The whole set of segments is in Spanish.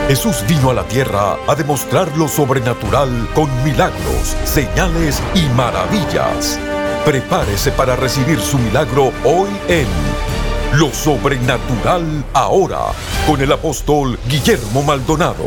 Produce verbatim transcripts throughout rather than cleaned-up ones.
Jesús vino a la tierra a demostrar lo sobrenatural con milagros, señales y maravillas. Prepárese para recibir su milagro hoy en Lo Sobrenatural Ahora, con el apóstol Guillermo Maldonado.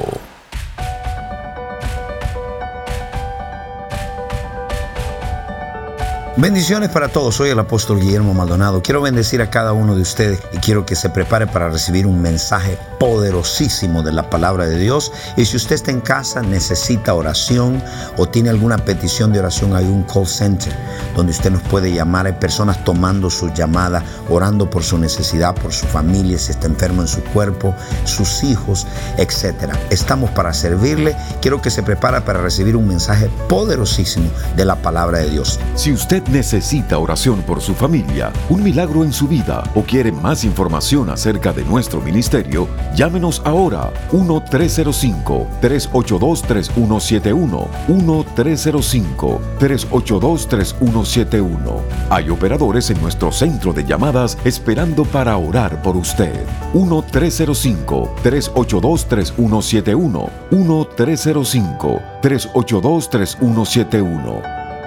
Bendiciones para todos, soy el apóstol Guillermo Maldonado. Quiero bendecir a cada uno de ustedes y quiero que se prepare para recibir un mensaje poderosísimo de la palabra de Dios. Y si usted está en casa, necesita oración o tiene alguna petición de oración, hay un call center donde usted nos puede llamar. Hay personas tomando sus llamadas, orando por su necesidad, por su familia, si está enfermo en su cuerpo, sus hijos, etcétera. Estamos para servirle. Quiero que se prepare para recibir un mensaje poderosísimo de la palabra de Dios. Si usted necesita oración por su familia, un milagro en su vida o quiere más información acerca de nuestro ministerio, llámenos ahora uno tres cero cinco, tres ocho dos, tres uno siete uno, uno tres cero cinco, tres ocho dos, tres uno siete uno. Hay operadores en nuestro centro de llamadas esperando para orar por usted. uno tres cero cinco, tres ocho dos, tres uno siete uno, uno tres cero cinco, tres ocho dos, tres uno siete uno.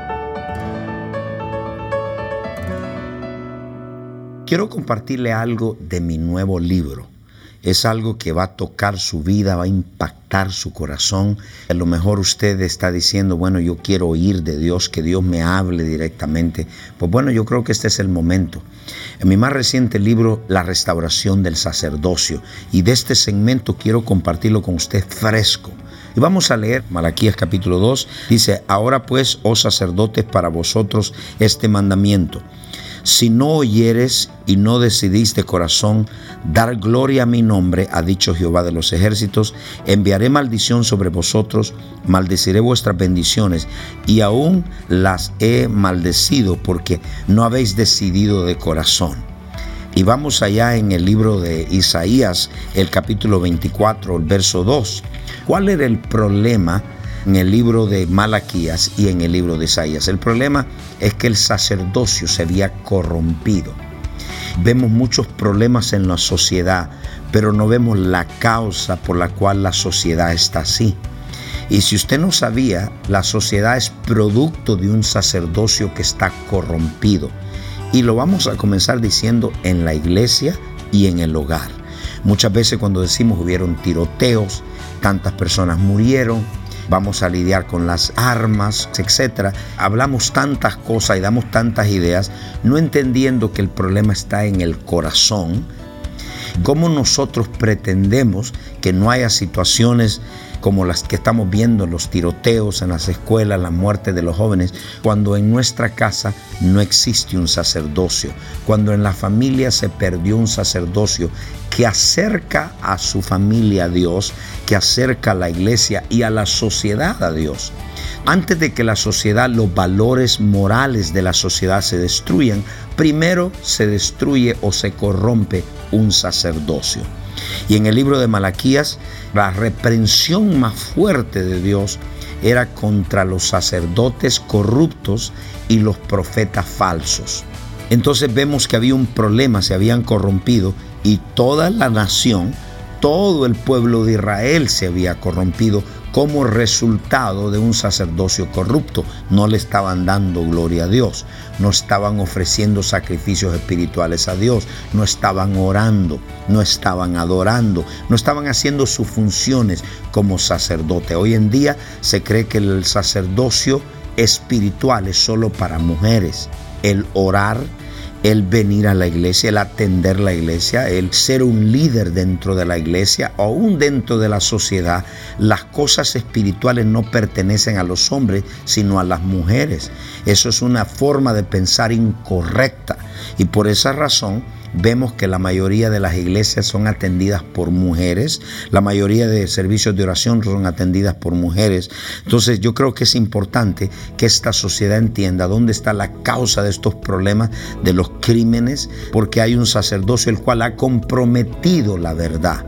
Quiero compartirle algo de mi nuevo libro. Es algo que va a tocar su vida, va a impactar su corazón. A lo mejor usted está diciendo, bueno, yo quiero oír de Dios, que Dios me hable directamente. Pues bueno, yo creo que este es el momento. En mi más reciente libro, La Restauración del Sacerdocio, y de este segmento quiero compartirlo con usted fresco. Y vamos a leer Malaquías capítulo dos. Dice, ahora pues, oh sacerdotes, para vosotros este mandamiento. Si no oyeres y no decidís de corazón dar gloria a mi nombre, ha dicho Jehová de los ejércitos, enviaré maldición sobre vosotros, maldeciré vuestras bendiciones, y aún las he maldecido porque no habéis decidido de corazón. Y vamos allá en el libro de Isaías, el capítulo veinticuatro, el verso dos. ¿Cuál era el problema en el libro de Malaquías y en el libro de Isaías? El problema es que el sacerdocio se había corrompido. Vemos muchos problemas en la sociedad, pero no vemos la causa por la cual la sociedad está así. Y si usted no sabía, la sociedad es producto de un sacerdocio que está corrompido. Y lo vamos a comenzar diciendo en la iglesia y en el hogar. Muchas veces cuando decimos hubieron tiroteos, tantas personas murieron, vamos a lidiar con las armas, etcétera. Hablamos tantas cosas y damos tantas ideas, no entendiendo que el problema está en el corazón. ¿Cómo nosotros pretendemos que no haya situaciones como las que estamos viendo, los tiroteos en las escuelas, la muerte de los jóvenes, cuando en nuestra casa no existe un sacerdocio, cuando en la familia se perdió un sacerdocio que acerca a su familia a Dios, que acerca a la iglesia y a la sociedad a Dios? Antes de que la sociedad, los valores morales de la sociedad se destruyan, primero se destruye o se corrompe un sacerdocio. Y en el libro de Malaquías, la reprensión más fuerte de Dios era contra los sacerdotes corruptos y los profetas falsos. Entonces vemos que había un problema, se habían corrompido y toda la nación, todo el pueblo de Israel se había corrompido como resultado de un sacerdocio corrupto. No le estaban dando gloria a Dios, no estaban ofreciendo sacrificios espirituales a Dios, no estaban orando, no estaban adorando, no estaban haciendo sus funciones como sacerdote. Hoy en día se cree que el sacerdocio espiritual es solo para mujeres. El orar, el venir a la iglesia, el atender la iglesia, el ser un líder dentro de la iglesia o aún dentro de la sociedad. Las cosas espirituales no pertenecen a los hombres, sino a las mujeres. Eso es una forma de pensar incorrecta y por esa razón vemos que la mayoría de las iglesias son atendidas por mujeres, la mayoría de servicios de oración son atendidas por mujeres. Entonces yo creo que es importante que esta sociedad entienda dónde está la causa de estos problemas, de los crímenes, porque hay un sacerdocio el cual ha comprometido la verdad.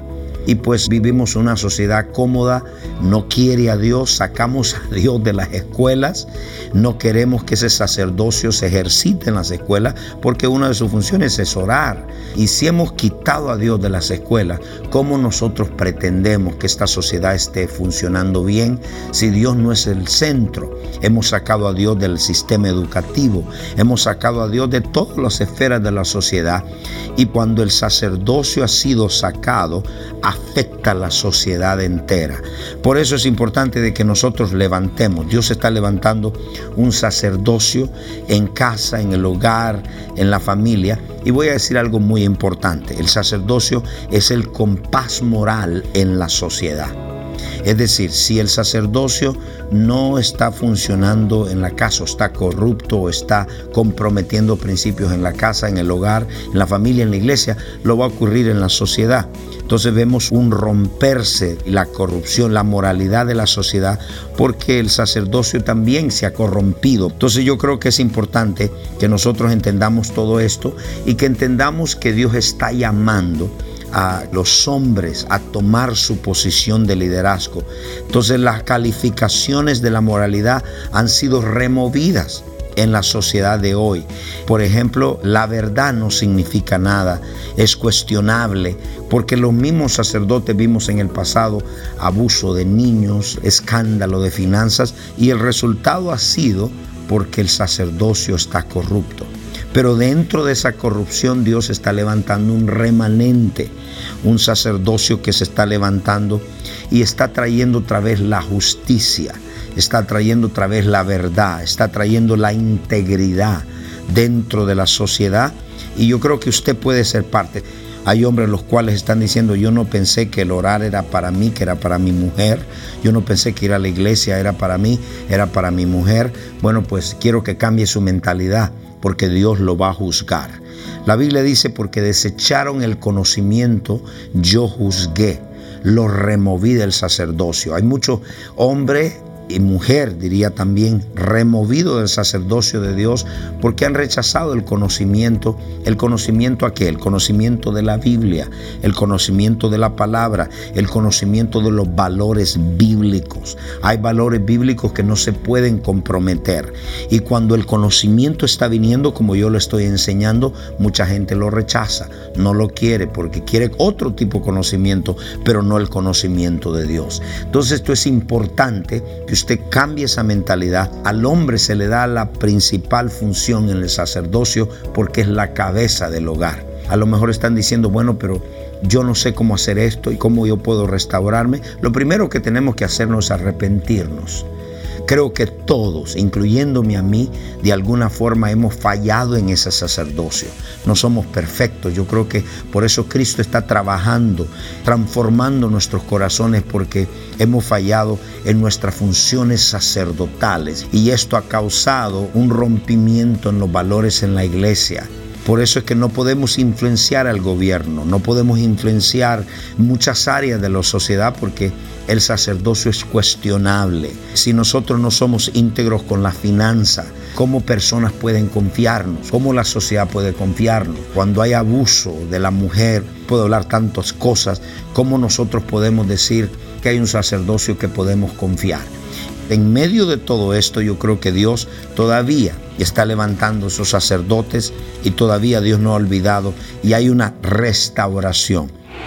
y pues vivimos una sociedad cómoda, no quiere a Dios, sacamos a Dios de las escuelas, no queremos que ese sacerdocio se ejercite en las escuelas porque una de sus funciones es orar. Y si hemos quitado a Dios de las escuelas, ¿cómo nosotros pretendemos que esta sociedad esté funcionando bien si Dios no es el centro? Hemos sacado a Dios del sistema educativo, hemos sacado a Dios de todas las esferas de la sociedad, y cuando el sacerdocio ha sido sacado, afecta a la sociedad entera. Por eso es importante de que nosotros levantemos. Dios está levantando un sacerdocio en casa, en el hogar, en la familia. Y voy a decir algo muy importante. El sacerdocio es el compás moral en la sociedad. Es decir, si el sacerdocio no está funcionando en la casa, o está corrupto, o está comprometiendo principios en la casa, en el hogar, en la familia, en la iglesia, lo va a ocurrir en la sociedad. Entonces vemos un romperse, la corrupción, la moralidad de la sociedad, porque el sacerdocio también se ha corrompido. Entonces yo creo que es importante que nosotros entendamos todo esto y que entendamos que Dios está llamando a los hombres a tomar su posición de liderazgo. Entonces las calificaciones de la moralidad han sido removidas en la sociedad de hoy. Por ejemplo, la verdad no significa nada, es cuestionable, porque los mismos sacerdotes vimos en el pasado abuso de niños, escándalo de finanzas, y el resultado ha sido porque el sacerdocio está corrupto. Pero dentro de esa corrupción Dios está levantando un remanente, un sacerdocio que se está levantando y está trayendo otra vez la justicia, está trayendo otra vez la verdad, está trayendo la integridad dentro de la sociedad, y yo creo que usted puede ser parte. Hay hombres los cuales están diciendo: yo no pensé que el orar era para mí, que era para mi mujer. Yo no pensé que ir a la iglesia era para mí, era para mi mujer. Bueno, pues quiero que cambie su mentalidad, porque Dios lo va a juzgar. La Biblia dice: porque desecharon el conocimiento, yo juzgué, lo removí del sacerdocio. Hay muchos hombres y mujer, diría también, removido del sacerdocio de Dios porque han rechazado el conocimiento. ¿El conocimiento a qué? El conocimiento de la Biblia, el conocimiento de la palabra, el conocimiento de los valores bíblicos. Hay valores bíblicos que no se pueden comprometer, y cuando el conocimiento está viniendo como yo lo estoy enseñando, mucha gente lo rechaza, no lo quiere porque quiere otro tipo de conocimiento, pero no el conocimiento de Dios. Entonces esto es importante que usted cambie esa mentalidad. Al hombre se le da la principal función en el sacerdocio porque es la cabeza del hogar. A lo mejor están diciendo: bueno, pero yo no sé cómo hacer esto y cómo yo puedo restaurarme. Lo primero que tenemos que hacernos es arrepentirnos. Creo que todos, incluyéndome a mí, de alguna forma hemos fallado en ese sacerdocio. No somos perfectos. Yo creo que por eso Cristo está trabajando, transformando nuestros corazones, porque hemos fallado en nuestras funciones sacerdotales, y esto ha causado un rompimiento en los valores en la iglesia. Por eso es que no podemos influenciar al gobierno, no podemos influenciar muchas áreas de la sociedad, porque el sacerdocio es cuestionable. Si nosotros no somos íntegros con la finanza, ¿cómo personas pueden confiarnos? ¿Cómo la sociedad puede confiarnos? Cuando hay abuso de la mujer, puedo hablar tantas cosas, ¿cómo nosotros podemos decir que hay un sacerdocio que podemos confiar? En medio de todo esto, yo creo que Dios todavía está levantando esos sacerdotes, y todavía Dios no ha olvidado, y hay una restauración.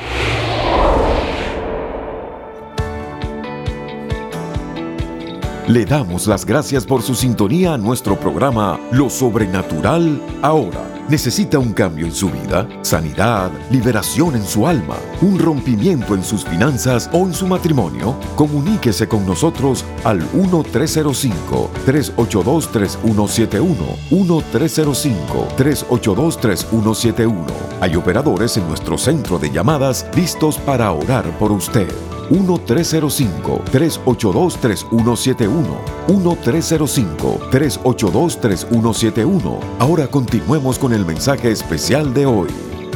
Le damos las gracias por su sintonía a nuestro programa Lo Sobrenatural Ahora. ¿Necesita un cambio en su vida, sanidad, liberación en su alma, un rompimiento en sus finanzas o en su matrimonio? Comuníquese con nosotros al uno tres cero cinco, tres ocho dos, tres uno siete uno, uno tres cero cinco, tres ocho dos, tres uno siete uno. Hay operadores en nuestro centro de llamadas listos para orar por usted. uno tres cero cinco, tres ocho dos, tres uno siete uno, uno tres cero cinco, tres ocho dos, tres uno siete uno. Ahora continuemos con el mensaje especial de hoy.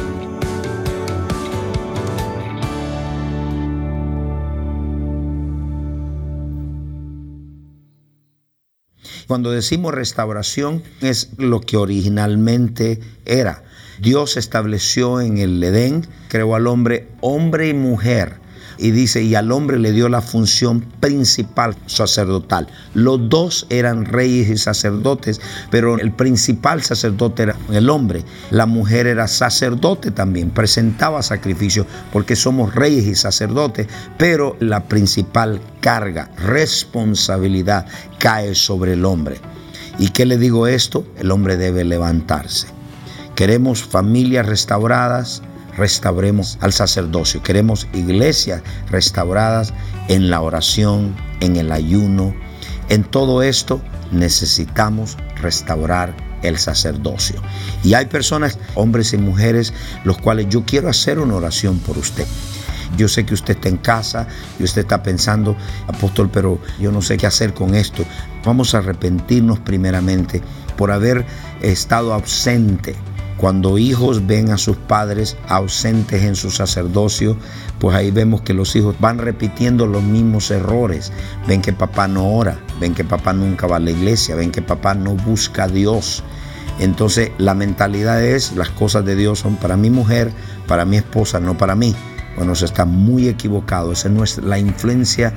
Cuando decimos restauración, es lo que originalmente era. Dios estableció en el Edén, creó al hombre hombre y mujer. Y dice, y al hombre le dio la función principal sacerdotal. Los dos eran reyes y sacerdotes, pero el principal sacerdote era el hombre. La mujer era sacerdote también, presentaba sacrificio, porque somos reyes y sacerdotes, pero la principal carga, responsabilidad, cae sobre el hombre. ¿Y qué le digo esto? El hombre debe levantarse. Queremos familias restauradas, restauremos al sacerdocio. Queremos iglesias restauradas en la oración, en el ayuno. En todo esto necesitamos restaurar el sacerdocio. Y hay personas, hombres y mujeres, los cuales yo quiero hacer una oración por usted. Yo sé que usted está en casa y usted está pensando, apóstol, pero yo no sé qué hacer con esto. Vamos a arrepentirnos primeramente por haber estado ausente. Cuando hijos ven a sus padres ausentes en su sacerdocio, pues ahí vemos que los hijos van repitiendo los mismos errores. Ven que papá no ora, ven que papá nunca va a la iglesia, ven que papá no busca a Dios. Entonces la mentalidad es, las cosas de Dios son para mi mujer, para mi esposa, no para mí. Bueno, se está muy equivocado. Esa no es la influencia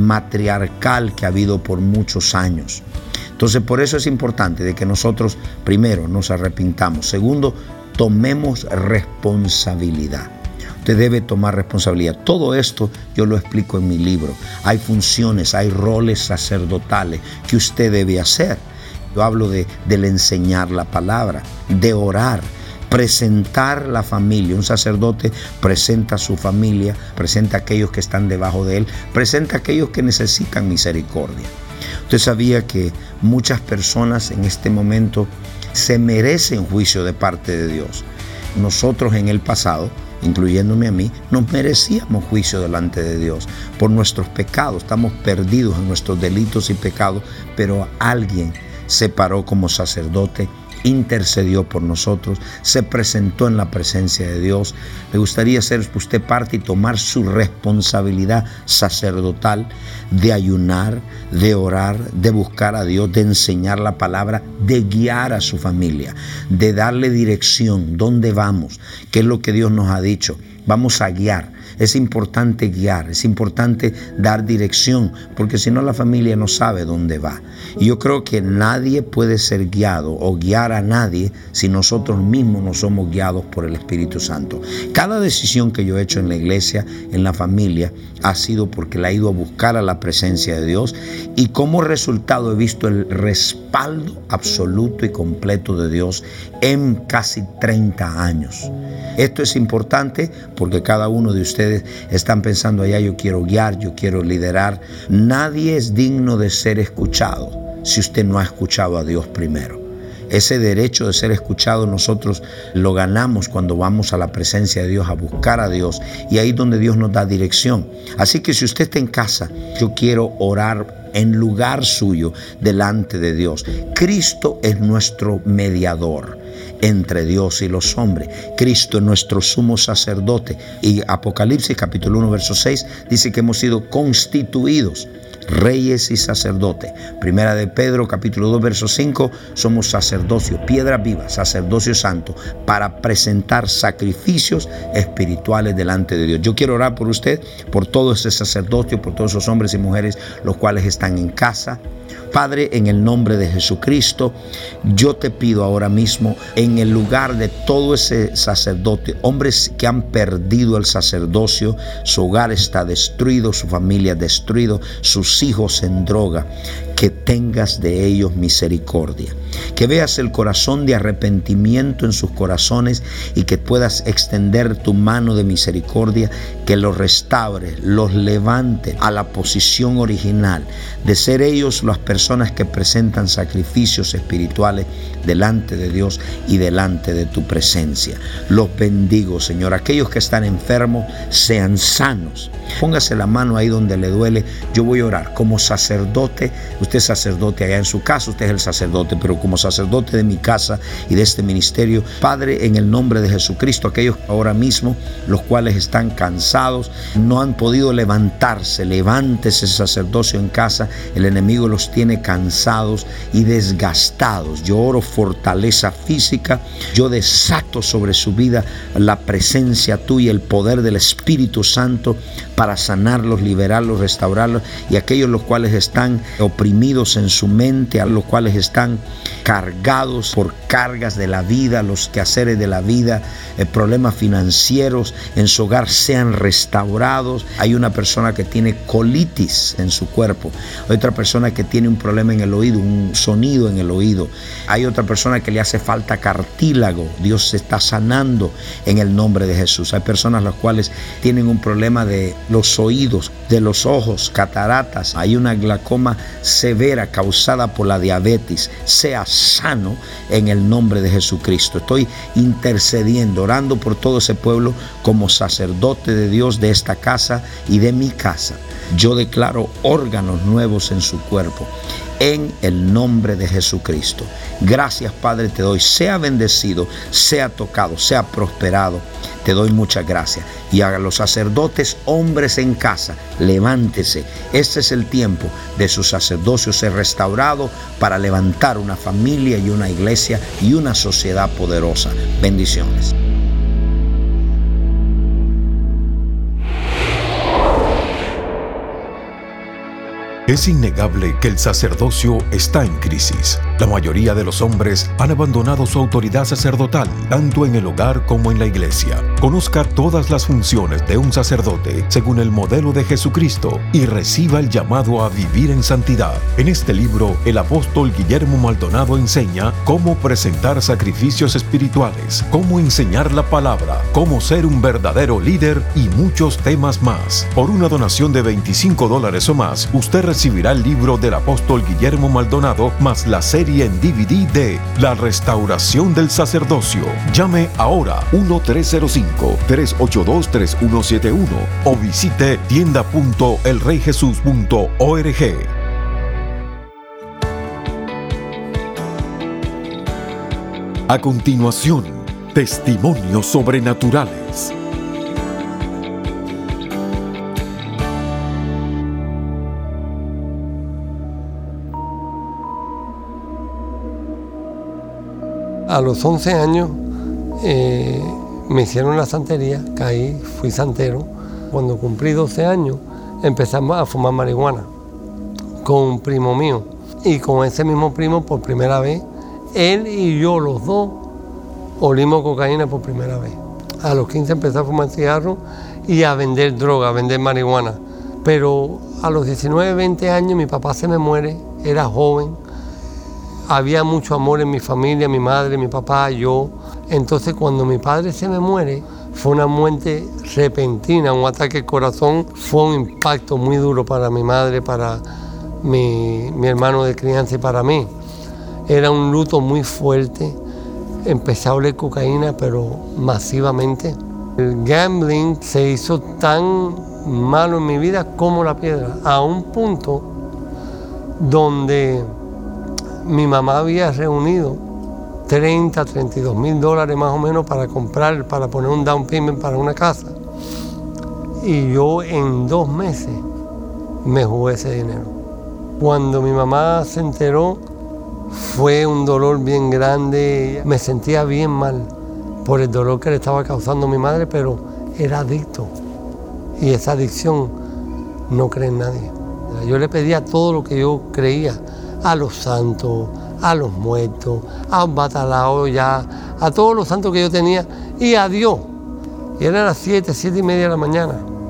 matriarcal que ha habido por muchos años. Entonces, por eso es importante de que nosotros, primero, nos arrepintamos. Segundo, tomemos responsabilidad. Usted debe tomar responsabilidad. Todo esto yo lo explico en mi libro. Hay funciones, hay roles sacerdotales que usted debe hacer. Yo hablo de, del enseñar la palabra, de orar, presentar la familia. Un sacerdote presenta a su familia, presenta a aquellos que están debajo de él, presenta a aquellos que necesitan misericordia. Usted sabía que muchas personas en este momento se merecen juicio de parte de Dios. Nosotros en el pasado, incluyéndome a mí, nos merecíamos juicio delante de Dios por nuestros pecados. Estamos perdidos en nuestros delitos y pecados, pero alguien se paró como sacerdote, intercedió por nosotros, se presentó en la presencia de Dios. Le gustaría ser usted parte y tomar su responsabilidad sacerdotal de ayunar, de orar, de buscar a Dios, de enseñar la palabra, de guiar a su familia, de darle dirección, dónde vamos, qué es lo que Dios nos ha dicho. Vamos a guiar. Es importante guiar, es importante dar dirección, porque si no la familia no sabe dónde va. Y yo creo que nadie puede ser guiado o guiar a nadie si nosotros mismos no somos guiados por el Espíritu Santo. Cada decisión que yo he hecho en la iglesia, en la familia, ha sido porque la he ido a buscar a la presencia de Dios, y como resultado he visto el respaldo absoluto y completo de Dios en casi treinta años. Esto es importante porque cada uno de ustedes están pensando allá, yo quiero guiar, yo quiero liderar. Nadie es digno de ser escuchado si usted no ha escuchado a Dios primero. Ese derecho de ser escuchado nosotros lo ganamos cuando vamos a la presencia de Dios a buscar a Dios, y ahí es donde Dios nos da dirección. Así que si usted está en casa, yo quiero orar en lugar suyo delante de Dios. Cristo es nuestro mediador entre Dios y los hombres. Cristo es nuestro sumo sacerdote. Y Apocalipsis capítulo uno verso seis dice que hemos sido constituidos reyes y sacerdotes. Primera de Pedro capítulo dos verso cinco, somos sacerdocio, piedra viva, sacerdocio santo, para presentar sacrificios espirituales delante de Dios. Yo quiero orar por usted, por todo ese sacerdocio, por todos esos hombres y mujeres los cuales están en casa. Padre, en el nombre de Jesucristo, yo te pido ahora mismo, en el lugar de todo ese sacerdote, hombres que han perdido el sacerdocio, su hogar está destruido, su familia destruido, sus hijos en droga, que tengas de ellos misericordia, que veas el corazón de arrepentimiento en sus corazones y que puedas extender tu mano de misericordia, que los restaure, los levante a la posición original de ser ellos las personas que presentan sacrificios espirituales delante de Dios y delante de tu presencia. Los bendigo, Señor. Aquellos que están enfermos sean sanos. Póngase la mano ahí donde le duele. Yo voy a orar como sacerdote. Usted es sacerdote allá en su casa, usted es el sacerdote, pero como sacerdote de mi casa y de este ministerio, Padre, en el nombre de Jesucristo, aquellos ahora mismo, los cuales están cansados, no han podido levantarse, levántese sacerdocio en casa, el enemigo los tiene cansados y desgastados. Yo oro fortaleza física, yo desato sobre su vida la presencia tuya, el poder del Espíritu Santo para sanarlos, liberarlos, restaurarlos, y aquellos los cuales están oprimidos en su mente, a los cuales están cargados por cargas de la vida, los quehaceres de la vida, eh, problemas financieros en su hogar sean restaurados. Hay una persona que tiene colitis en su cuerpo, hay otra persona que tiene un problema en el oído, un sonido en el oído, hay otra persona que le hace falta cartílago. Dios se está sanando en el nombre de Jesús. Hay personas las cuales tienen un problema de los oídos, de los ojos, cataratas, hay una glaucoma severa causada por la diabetes. Sea sano en el nombre de Jesucristo. Estoy intercediendo, orando por todo ese pueblo como sacerdote de Dios de esta casa y de mi casa. Yo declaro órganos nuevos en su cuerpo, en el nombre de Jesucristo. Gracias, Padre, te doy. Sea bendecido, sea tocado, sea prosperado. Te doy muchas gracias. Y a los sacerdotes, hombres en casa, levántese. Este es el tiempo de su sacerdocio ser restaurado para levantar una familia y una iglesia y una sociedad poderosa. Bendiciones. Es innegable que el sacerdocio está en crisis. La mayoría de los hombres han abandonado su autoridad sacerdotal, tanto en el hogar como en la iglesia. Conozca todas las funciones de un sacerdote según el modelo de Jesucristo y reciba el llamado a vivir en santidad. En este libro, el apóstol Guillermo Maldonado enseña cómo presentar sacrificios espirituales, cómo enseñar la palabra, cómo ser un verdadero líder y muchos temas más. Por una donación de veinticinco dólares o más, usted recibirá el libro del apóstol Guillermo Maldonado más la serie en D V D de La Restauración del Sacerdocio. Llame ahora uno tres cero cinco, tres ocho dos, tres uno siete uno o visite tienda punto el rey jesús punto org. A continuación, testimonios sobrenaturales. A los once años eh, me hicieron la santería, caí, fui santero. Cuando cumplí doce años empezamos a fumar marihuana con un primo mío. Y con ese mismo primo por primera vez, él y yo los dos olimos cocaína por primera vez. A los quince empecé a fumar cigarros y a vender droga, a vender marihuana. Pero a los diecinueve, veinte años mi papá se me muere, era joven. Había mucho amor en mi familia, mi madre, mi papá, yo. Entonces cuando mi padre se me muere, fue una muerte repentina, un ataque al corazón. Fue un impacto muy duro para mi madre, para mi, mi hermano de crianza y para mí. Era un luto muy fuerte. Empecé a oler cocaína, pero masivamente. El gambling se hizo tan malo en mi vida como la piedra, a un punto donde mi mamá había reunido treinta, treinta y dos mil dólares más o menos para comprar, para poner un down payment para una casa. Y yo en dos meses me jugué ese dinero. Cuando mi mamá se enteró, fue un dolor bien grande. Me sentía bien mal por el dolor que le estaba causando a mi madre, pero era adicto. Y esa adicción no cree en nadie. Yo le pedía todo lo que yo creía, a los santos, a los muertos, a un batalao ya, a todos los santos que yo tenía y a Dios. Y eran las siete, siete y media de la mañana.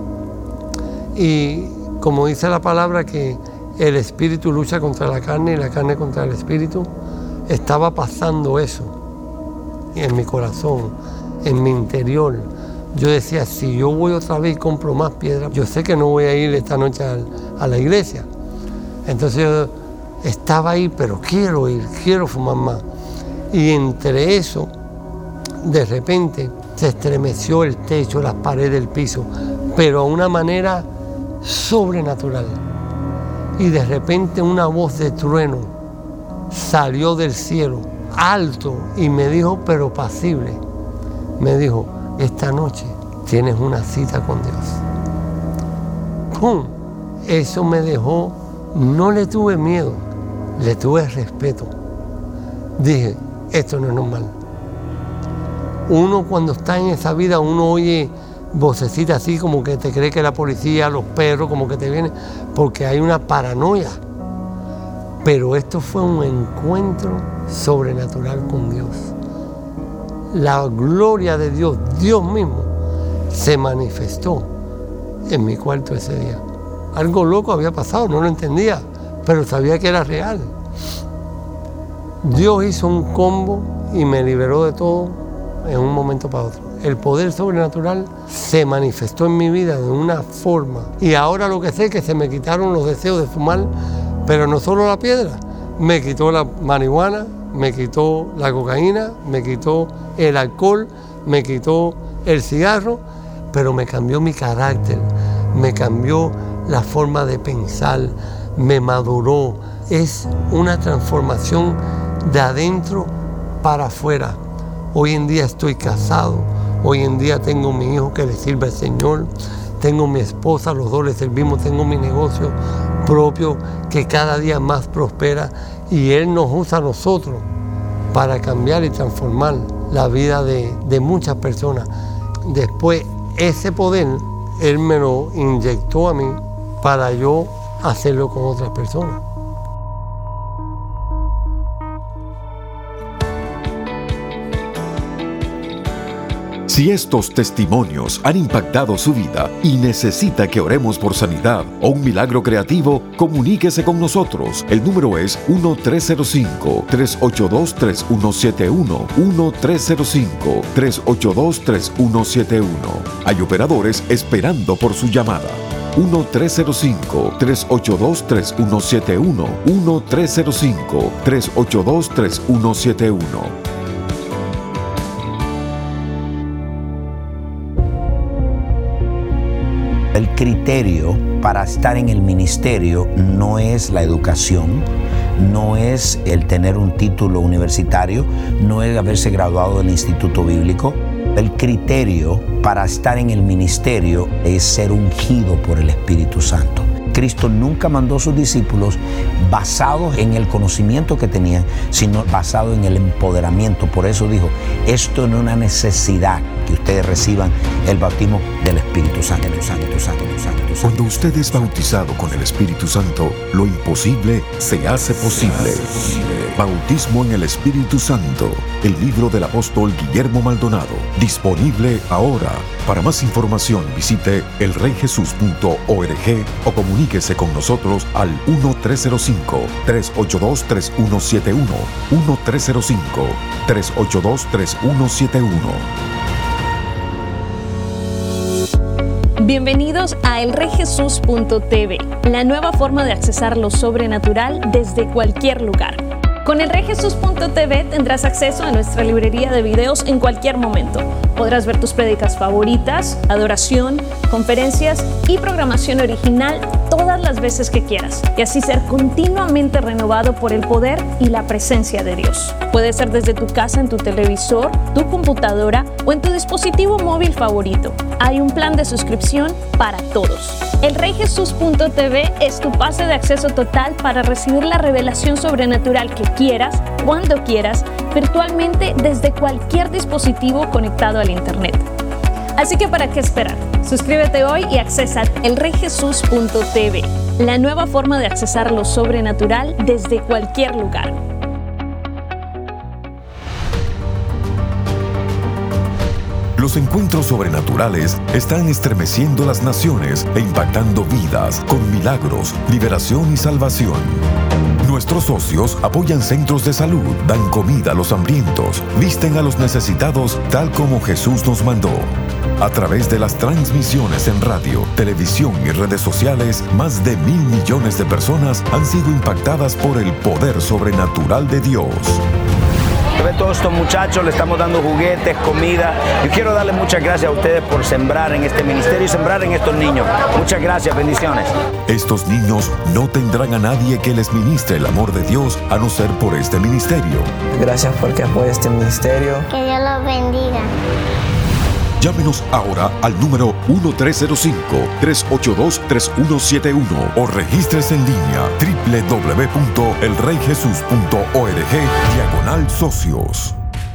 Y como dice la palabra que el espíritu lucha contra la carne y la carne contra el espíritu, estaba pasando eso en mi corazón, en mi interior. Yo decía, si yo voy otra vez y compro más piedras, yo sé que no voy a ir esta noche a, a la iglesia. Entonces yo estaba ahí, pero quiero ir, quiero fumar más. Y entre eso, de repente, se estremeció el techo, las paredes, el piso, pero a una manera sobrenatural. y de repente una voz de trueno salió del cielo, alto, y me dijo, pero pasible, me dijo, esta noche tienes una cita con Dios. ¡Pum! Eso me dejó, no le tuve miedo, le tuve respeto. Dije, esto no es normal. Uno cuando está en esa vida, uno oye vocecitas así como que te cree que la policía, los perros, como que te vienen, porque hay una paranoia. Pero esto fue un encuentro sobrenatural con Dios. La gloria de Dios, Dios mismo, se manifestó en mi cuarto ese día. Algo loco había pasado, no lo entendía, pero sabía que era real. Dios hizo un combo y me liberó de todo en un momento para otro. El poder sobrenatural se manifestó en mi vida de una forma. Y ahora lo que sé es que se me quitaron los deseos de fumar, pero no solo la piedra, me quitó la marihuana, me quitó la cocaína, me quitó el alcohol, me quitó el cigarro, pero me cambió mi carácter, me cambió la forma de pensar, me maduró. Es una transformación de adentro para afuera. Hoy en día estoy casado, hoy en día tengo mi hijo que le sirve al Señor, tengo mi esposa, los dos le servimos, tengo mi negocio propio que cada día más prospera y Él nos usa a nosotros para cambiar y transformar la vida de, de muchas personas. Después, ese poder, Él me lo inyectó a mí para yo hacerlo con otras personas. Si estos testimonios han impactado su vida y necesita que oremos por sanidad o un milagro creativo, comuníquese con nosotros. El número es uno tres cero cinco, tres ocho dos, tres uno siete uno, uno tres cero cinco, tres ocho dos, tres uno siete uno. Hay operadores esperando por su llamada. uno tres cero cinco, tres ocho dos, tres uno siete uno, uno tres cero cinco, tres ocho dos, tres uno siete uno. El criterio para estar en el ministerio no es la educación, no es el tener un título universitario, no es haberse graduado del Instituto Bíblico. El criterio para estar en el ministerio es ser ungido por el Espíritu Santo. Cristo nunca mandó a sus discípulos basados en el conocimiento que tenían, sino basado en el empoderamiento. Por eso dijo, esto no es una necesidad que ustedes reciban el bautismo del Espíritu Santo. Santo, Santo, Santo, Santo. Cuando usted es bautizado con el Espíritu Santo, lo imposible se hace posible. Bautismo en el Espíritu Santo, el libro del apóstol Guillermo Maldonado, disponible ahora. Para más información visite el rey jesús punto org o comuníquese con nosotros al uno tres cero cinco, tres ocho dos, tres uno siete uno, uno tres cero cinco, tres ocho dos, tres uno siete uno. Bienvenidos a el rey jesús punto t v, la nueva forma de accesar lo sobrenatural desde cualquier lugar. Con el rey jesús punto t v tendrás acceso a nuestra librería de videos en cualquier momento. Podrás ver tus prédicas favoritas, adoración, conferencias y programación original todas las veces que quieras, y así ser continuamente renovado por el poder y la presencia de Dios. Puede ser desde tu casa, en tu televisor, tu computadora o en tu dispositivo móvil favorito. Hay un plan de suscripción para todos. el rey jesús punto t v es tu pase de acceso total para recibir la revelación sobrenatural que quieras, cuando quieras, virtualmente desde cualquier dispositivo conectado al Internet. Así que ¿para qué esperar? Suscríbete hoy y accesa el rey jesús punto t v, la nueva forma de accesar lo sobrenatural desde cualquier lugar. Los encuentros sobrenaturales están estremeciendo las naciones e impactando vidas con milagros, liberación y salvación. Nuestros socios apoyan centros de salud, dan comida a los hambrientos, visten a los necesitados tal como Jesús nos mandó. A través de las transmisiones en radio, televisión y redes sociales, más de mil millones de personas han sido impactadas por el poder sobrenatural de Dios. Usted ve todos estos muchachos, le estamos dando juguetes, comida. Yo quiero darle muchas gracias a ustedes por sembrar en este ministerio y sembrar en estos niños. Muchas gracias, bendiciones. Estos niños no tendrán a nadie que les ministre el amor de Dios a no ser por este ministerio. Gracias porque apoya este ministerio. Que Dios los bendiga. Llámenos ahora al número uno tres cero cinco, tres ocho dos, tres uno siete uno o regístrese en línea doble u doble u doble u punto el rey jesús punto org diagonal socios.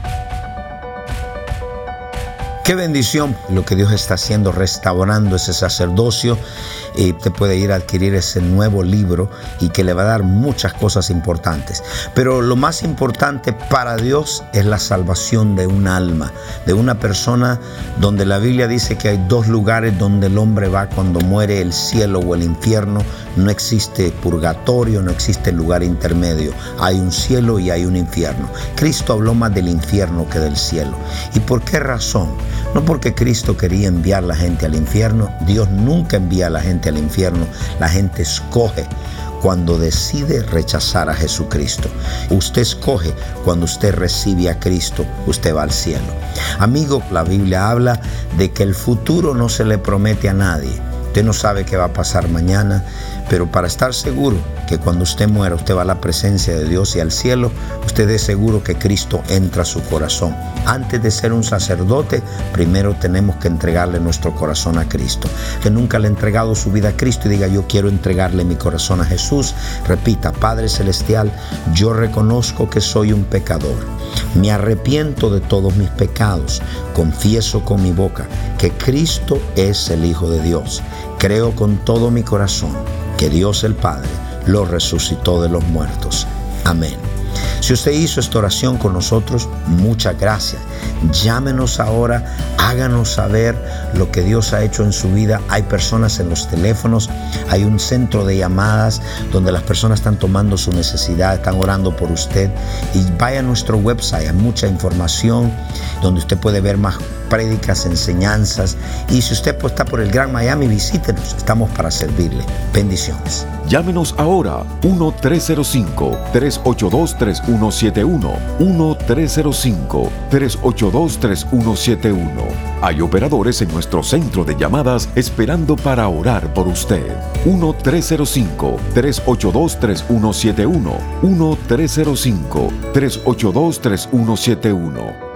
Qué bendición lo que Dios está haciendo, restaurando ese sacerdocio. Y te puede ir a adquirir ese nuevo libro y que le va a dar muchas cosas importantes. Pero lo más importante para Dios es la salvación de un alma, de una persona, donde la Biblia dice que hay dos lugares donde el hombre va cuando muere, el cielo o el infierno. No existe purgatorio, no existe lugar intermedio. Hay un cielo y hay un infierno. Cristo habló más del infierno que del cielo. ¿Y por qué razón? No porque Cristo quería enviar a la gente al infierno. Dios nunca envía a la gente al infierno. La gente escoge cuando decide rechazar a Jesucristo. Usted escoge cuando usted recibe a Cristo, usted va al cielo. Amigo, la Biblia habla de que el futuro no se le promete a nadie. Usted no sabe qué va a pasar mañana, pero para estar seguro que cuando usted muera, usted va a la presencia de Dios y al cielo, usted es seguro que Cristo entra a su corazón. Antes de ser un sacerdote, primero tenemos que entregarle nuestro corazón a Cristo. Que nunca le ha entregado su vida a Cristo y diga, yo quiero entregarle mi corazón a Jesús. Repita, Padre Celestial, yo reconozco que soy un pecador. Me arrepiento de todos mis pecados. Confieso con mi boca que Cristo es el Hijo de Dios. Creo con todo mi corazón que Dios el Padre lo resucitó de los muertos. Amén. Si usted hizo esta oración con nosotros, muchas gracias. Llámenos ahora, háganos saber lo que Dios ha hecho en su vida. Hay personas en los teléfonos, hay un centro de llamadas donde las personas están tomando su necesidad, están orando por usted. Y vaya a nuestro website, hay mucha información donde usted puede ver más prédicas, enseñanzas. Y si usted pues, está por el Gran Miami, visítenos, estamos para servirle. Bendiciones. Llámenos ahora, uno tres cero cinco, tres ocho dos, tres uno siete uno, uno tres cero cinco, tres ocho dos, tres uno siete uno. Hay operadores en nuestro centro de llamadas esperando para orar por usted. uno tres cero cinco, tres ocho dos, tres uno siete uno, uno tres cero cinco, tres ocho dos, tres uno siete uno.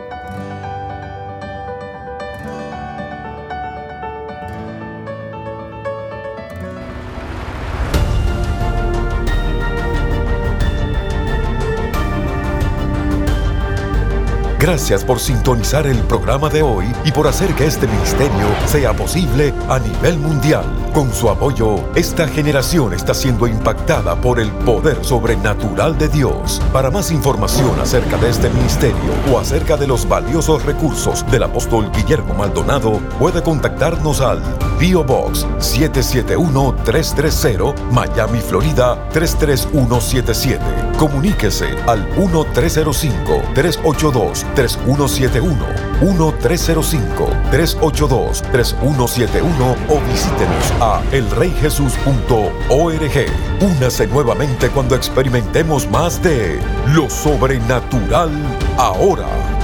Gracias por sintonizar el programa de hoy y por hacer que este ministerio sea posible a nivel mundial. Con su apoyo, esta generación está siendo impactada por el poder sobrenatural de Dios. Para más información acerca de este ministerio o acerca de los valiosos recursos del apóstol Guillermo Maldonado, puede contactarnos al P O Box siete siete uno, tres tres cero, Miami, Florida tres tres uno siete siete. Comuníquese al uno tres cero cinco, tres ocho dos, tres uno siete uno, uno tres cero cinco, tres ocho dos, tres uno siete uno o visítenos a el rey jesús punto org. Únase nuevamente cuando experimentemos más de lo sobrenatural ahora.